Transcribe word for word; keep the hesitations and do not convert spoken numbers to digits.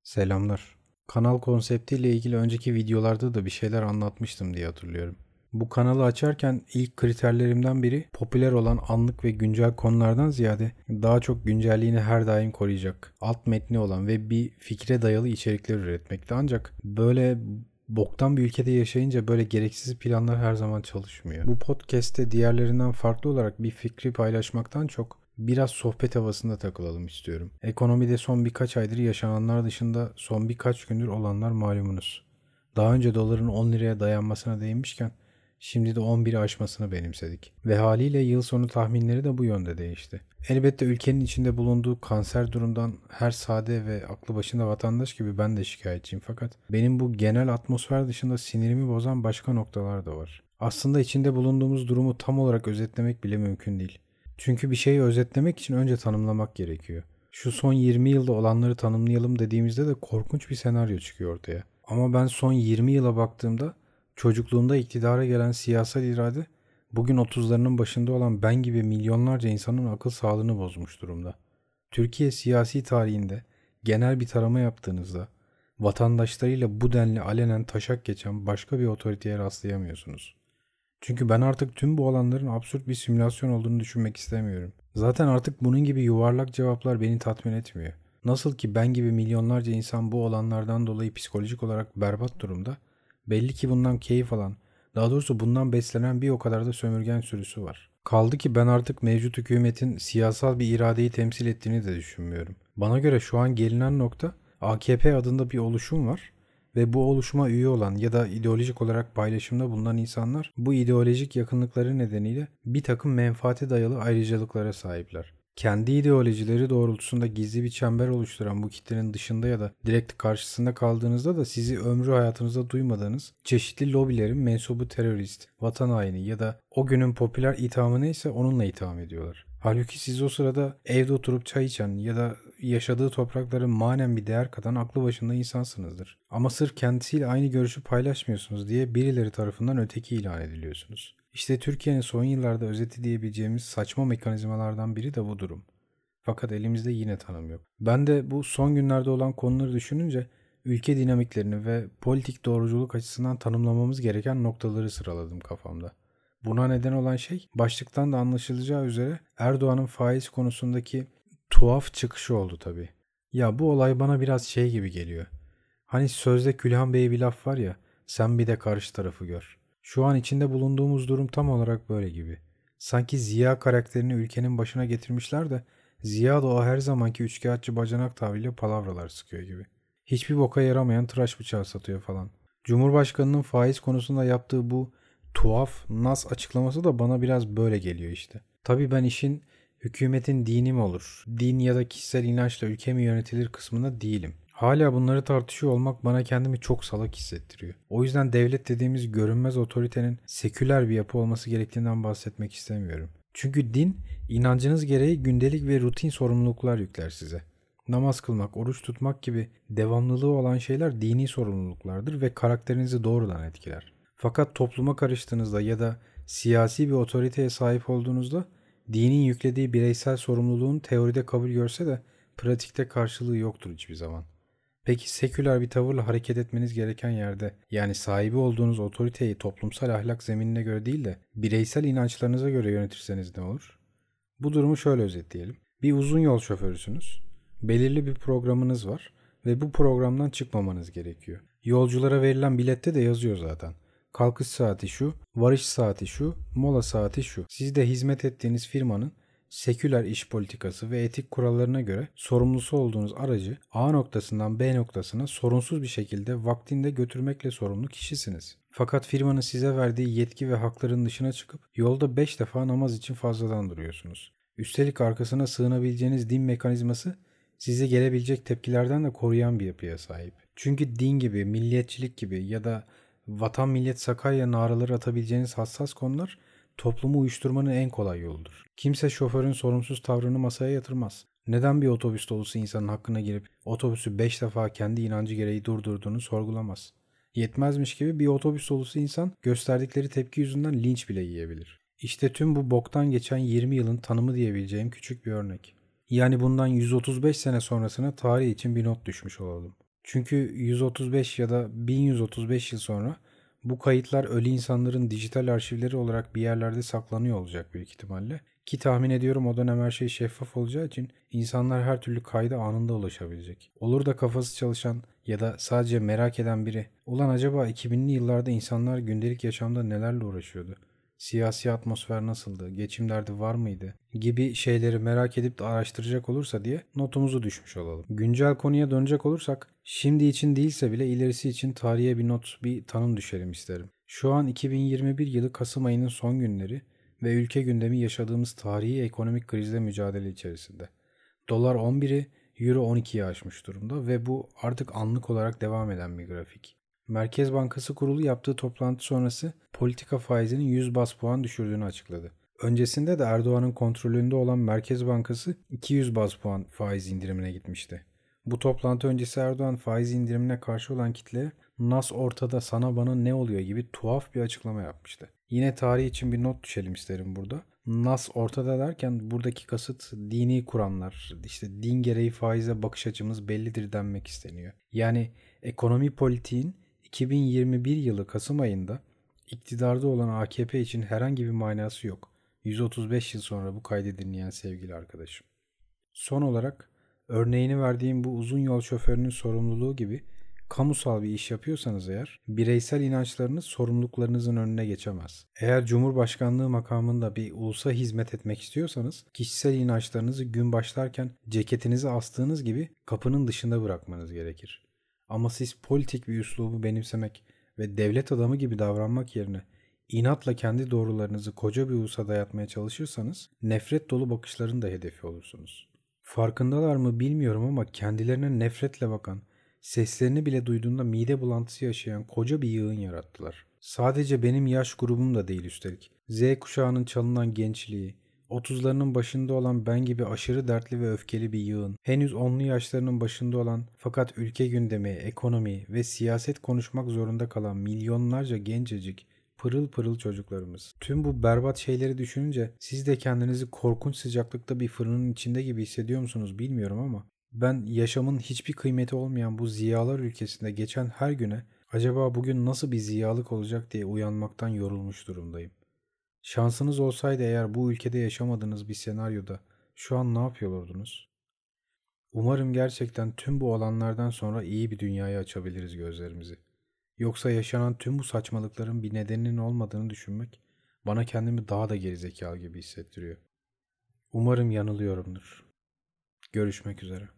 Selamlar. Kanal konseptiyle ilgili önceki videolarda da bir şeyler anlatmıştım diye hatırlıyorum. Bu kanalı açarken ilk kriterlerimden biri popüler olan anlık ve güncel konulardan ziyade daha çok güncelliğini her daim koruyacak, alt metni olan ve bir fikre dayalı içerikler üretmekti. Ancak böyle boktan bir ülkede yaşayınca böyle gereksiz planlar her zaman çalışmıyor. Bu podcast'te diğerlerinden farklı olarak bir fikri paylaşmaktan çok biraz sohbet havasında takılalım istiyorum. Ekonomide son birkaç aydır yaşananlar dışında son birkaç gündür olanlar malumunuz. Daha önce doların on liraya dayanmasına değinmişken şimdi de on biri aşmasını benimsedik. Ve haliyle yıl sonu tahminleri de bu yönde değişti. Elbette ülkenin içinde bulunduğu kanser durumdan her sade ve aklı başında vatandaş gibi ben de şikayetçiyim, fakat benim bu genel atmosfer dışında sinirimi bozan başka noktalar da var. Aslında içinde bulunduğumuz durumu tam olarak özetlemek bile mümkün değil. Çünkü bir şeyi özetlemek için önce tanımlamak gerekiyor. Şu son yirmi yılda olanları tanımlayalım dediğimizde de korkunç bir senaryo çıkıyor ortaya. Ama ben son yirmi yıla baktığımda çocukluğumda iktidara gelen siyasal irade bugün otuzlarının başında olan ben gibi milyonlarca insanın akıl sağlığını bozmuş durumda. Türkiye siyasi tarihinde genel bir tarama yaptığınızda vatandaşlarıyla bu denli alenen taşak geçen başka bir otoriteye rastlayamıyorsunuz. Çünkü ben artık tüm bu olanların absürt bir simülasyon olduğunu düşünmek istemiyorum. Zaten artık bunun gibi yuvarlak cevaplar beni tatmin etmiyor. Nasıl ki ben gibi milyonlarca insan bu olanlardan dolayı psikolojik olarak berbat durumda, belli ki bundan keyif alan, daha doğrusu bundan beslenen bir o kadar da sömürgen sürüsü var. Kaldı ki ben artık mevcut hükümetin siyasal bir iradeyi temsil ettiğini de düşünmüyorum. Bana göre şu an gelinen nokta A K P adında bir oluşum var ve bu oluşuma üye olan ya da ideolojik olarak paylaşımda bulunan insanlar bu ideolojik yakınlıkları nedeniyle bir takım menfaate dayalı ayrıcalıklara sahipler. Kendi ideolojileri doğrultusunda gizli bir çember oluşturan bu kitlenin dışında ya da direkt karşısında kaldığınızda da sizi ömrü hayatınızda duymadığınız çeşitli lobilerin mensubu terörist, vatan haini ya da o günün popüler ithamı neyse onunla itham ediyorlar. Halbuki siz o sırada evde oturup çay içen ya da yaşadığı toprakların manen bir değer katan aklı başında insansınızdır. Ama sırf kendisiyle aynı görüşü paylaşmıyorsunuz diye birileri tarafından öteki ilan ediliyorsunuz. İşte Türkiye'nin son yıllarda özeti diyebileceğimiz saçma mekanizmalardan biri de bu durum. Fakat elimizde yine tanım yok. Ben de bu son günlerde olan konuları düşününce ülke dinamiklerini ve politik doğruculuk açısından tanımlamamız gereken noktaları sıraladım kafamda. Buna neden olan şey başlıktan da anlaşılacağı üzere Erdoğan'ın faiz konusundaki tuhaf çıkışı oldu tabii. Ya bu olay bana biraz şey gibi geliyor. Hani sözde Külhan Bey'e bir laf var ya, sen bir de karşı tarafı gör. Şu an içinde bulunduğumuz durum tam olarak böyle gibi. Sanki Ziya karakterini ülkenin başına getirmişler de Ziya da o her zamanki üçkağıtçı bacanak tavrıyla palavralar sıkıyor gibi. Hiçbir boka yaramayan tıraş bıçağı satıyor falan. Cumhurbaşkanının faiz konusunda yaptığı bu tuhaf, nas açıklaması da bana biraz böyle geliyor işte. Tabii ben işin hükümetin dini mi olur, din ya da kişisel inançla ülke mi yönetilir kısmında değilim. Hala bunları tartışıyor olmak bana kendimi çok salak hissettiriyor. O yüzden devlet dediğimiz görünmez otoritenin seküler bir yapı olması gerektiğinden bahsetmek istemiyorum. Çünkü din, inancınız gereği gündelik ve rutin sorumluluklar yükler size. Namaz kılmak, oruç tutmak gibi devamlılığı olan şeyler dini sorumluluklardır ve karakterinizi doğrudan etkiler. Fakat topluma karıştığınızda ya da siyasi bir otoriteye sahip olduğunuzda dinin yüklediği bireysel sorumluluğun teoride kabul görse de pratikte karşılığı yoktur hiçbir zaman. Peki seküler bir tavırla hareket etmeniz gereken yerde, yani sahibi olduğunuz otoriteyi toplumsal ahlak zeminine göre değil de bireysel inançlarınıza göre yönetirseniz ne olur? Bu durumu şöyle özetleyelim. Bir uzun yol şoförüsünüz. Belirli bir programınız var ve bu programdan çıkmamanız gerekiyor. Yolculara verilen bilette de yazıyor zaten. Kalkış saati şu, varış saati şu, mola saati şu. Siz de hizmet ettiğiniz firmanın seküler iş politikası ve etik kurallarına göre sorumlusu olduğunuz aracı A noktasından B noktasına sorunsuz bir şekilde vaktinde götürmekle sorumlu kişisiniz. Fakat firmanın size verdiği yetki ve hakların dışına çıkıp yolda beş defa namaz için fazladan duruyorsunuz. Üstelik arkasına sığınabileceğiniz din mekanizması size gelebilecek tepkilerden de koruyan bir yapıya sahip. Çünkü din gibi, milliyetçilik gibi ya da vatan millet Sakarya naraları atabileceğiniz hassas konular toplumu uyuşturmanın en kolay yoludur. Kimse şoförün sorumsuz tavrını masaya yatırmaz. Neden bir otobüs dolusu insanın hakkına girip otobüsü beş defa kendi inancı gereği durdurduğunu sorgulamaz? Yetmezmiş gibi bir otobüs dolusu insan gösterdikleri tepki yüzünden linç bile yiyebilir. İşte tüm bu boktan geçen yirmi yılın tanımı diyebileceğim küçük bir örnek. Yani bundan yüz otuz beş sene sonrasına tarih için bir not düşmüş olalım. Çünkü yüz otuz beş ya da bin yüz otuz beş yıl sonra bu kayıtlar ölü insanların dijital arşivleri olarak bir yerlerde saklanıyor olacak büyük ihtimalle. Ki tahmin ediyorum o dönem her şey şeffaf olacağı için insanlar her türlü kayda anında ulaşabilecek. Olur da kafası çalışan ya da sadece merak eden biri, ulan acaba iki binli yıllarda insanlar gündelik yaşamda nelerle uğraşıyordu? Siyasi atmosfer nasıldı? Geçim derdi var mıydı? Gibi şeyleri merak edip de araştıracak olursa diye notumuzu düşmüş olalım. Güncel konuya dönecek olursak, şimdi için değilse bile ilerisi için tarihe bir not, bir tanım düşelim isterim. Şu an iki bin yirmi bir yılı Kasım ayının son günleri ve ülke gündemi yaşadığımız tarihi ekonomik krizle mücadele içerisinde. Dolar on biri, Euro on ikiyi aşmış durumda ve bu artık anlık olarak devam eden bir grafik. Merkez Bankası Kurulu yaptığı toplantı sonrası politika faizinin yüz bas puan düşürdüğünü açıkladı. Öncesinde de Erdoğan'ın kontrolünde olan Merkez Bankası iki yüz bas puan faiz indirimine gitmişti. Bu toplantı öncesi Erdoğan faiz indirimine karşı olan kitleye "Nas ortada, sana bana ne oluyor?" gibi tuhaf bir açıklama yapmıştı. Yine tarih için bir not düşelim isterim burada. Nas ortada derken buradaki kasıt dini kuramlar, işte din gereği faize bakış açımız bellidir denmek isteniyor. Yani ekonomi politiğin iki bin yirmi bir yılı Kasım ayında iktidarda olan A K P için herhangi bir manası yok. yüz otuz beş yıl sonra bu kaydı dinleyen sevgili arkadaşım. Son olarak örneğini verdiğim bu uzun yol şoförünün sorumluluğu gibi kamusal bir iş yapıyorsanız eğer bireysel inançlarınız sorumluluklarınızın önüne geçemez. Eğer Cumhurbaşkanlığı makamında bir ulusa hizmet etmek istiyorsanız kişisel inançlarınızı gün başlarken ceketinizi astığınız gibi kapının dışında bırakmanız gerekir. Ama siz politik bir üslubu benimsemek ve devlet adamı gibi davranmak yerine inatla kendi doğrularınızı koca bir ulusa dayatmaya çalışırsanız nefret dolu bakışların da hedefi olursunuz. Farkındalar mı bilmiyorum ama kendilerine nefretle bakan, seslerini bile duyduğunda mide bulantısı yaşayan koca bir yığın yarattılar. Sadece benim yaş grubum da değil üstelik. Z kuşağının çalınan gençliği, otuzlarının başında olan ben gibi aşırı dertli ve öfkeli bir yığın, henüz onlu yaşlarının başında olan fakat ülke gündemi, ekonomi ve siyaset konuşmak zorunda kalan milyonlarca gencecik, pırıl pırıl çocuklarımız. Tüm bu berbat şeyleri düşününce siz de kendinizi korkunç sıcaklıkta bir fırının içinde gibi hissediyor musunuz bilmiyorum ama ben yaşamın hiçbir kıymeti olmayan bu ziyalar ülkesinde geçen her güne acaba bugün nasıl bir ziyalık olacak diye uyanmaktan yorulmuş durumdayım. Şansınız olsaydı eğer bu ülkede yaşamadığınız bir senaryoda şu an ne yapıyor olurdunuz? Umarım gerçekten tüm bu olanlardan sonra iyi bir dünyaya açabiliriz gözlerimizi. Yoksa yaşanan tüm bu saçmalıkların bir nedeninin olmadığını düşünmek bana kendimi daha da gerizekalı gibi hissettiriyor. Umarım yanılıyorumdur. Görüşmek üzere.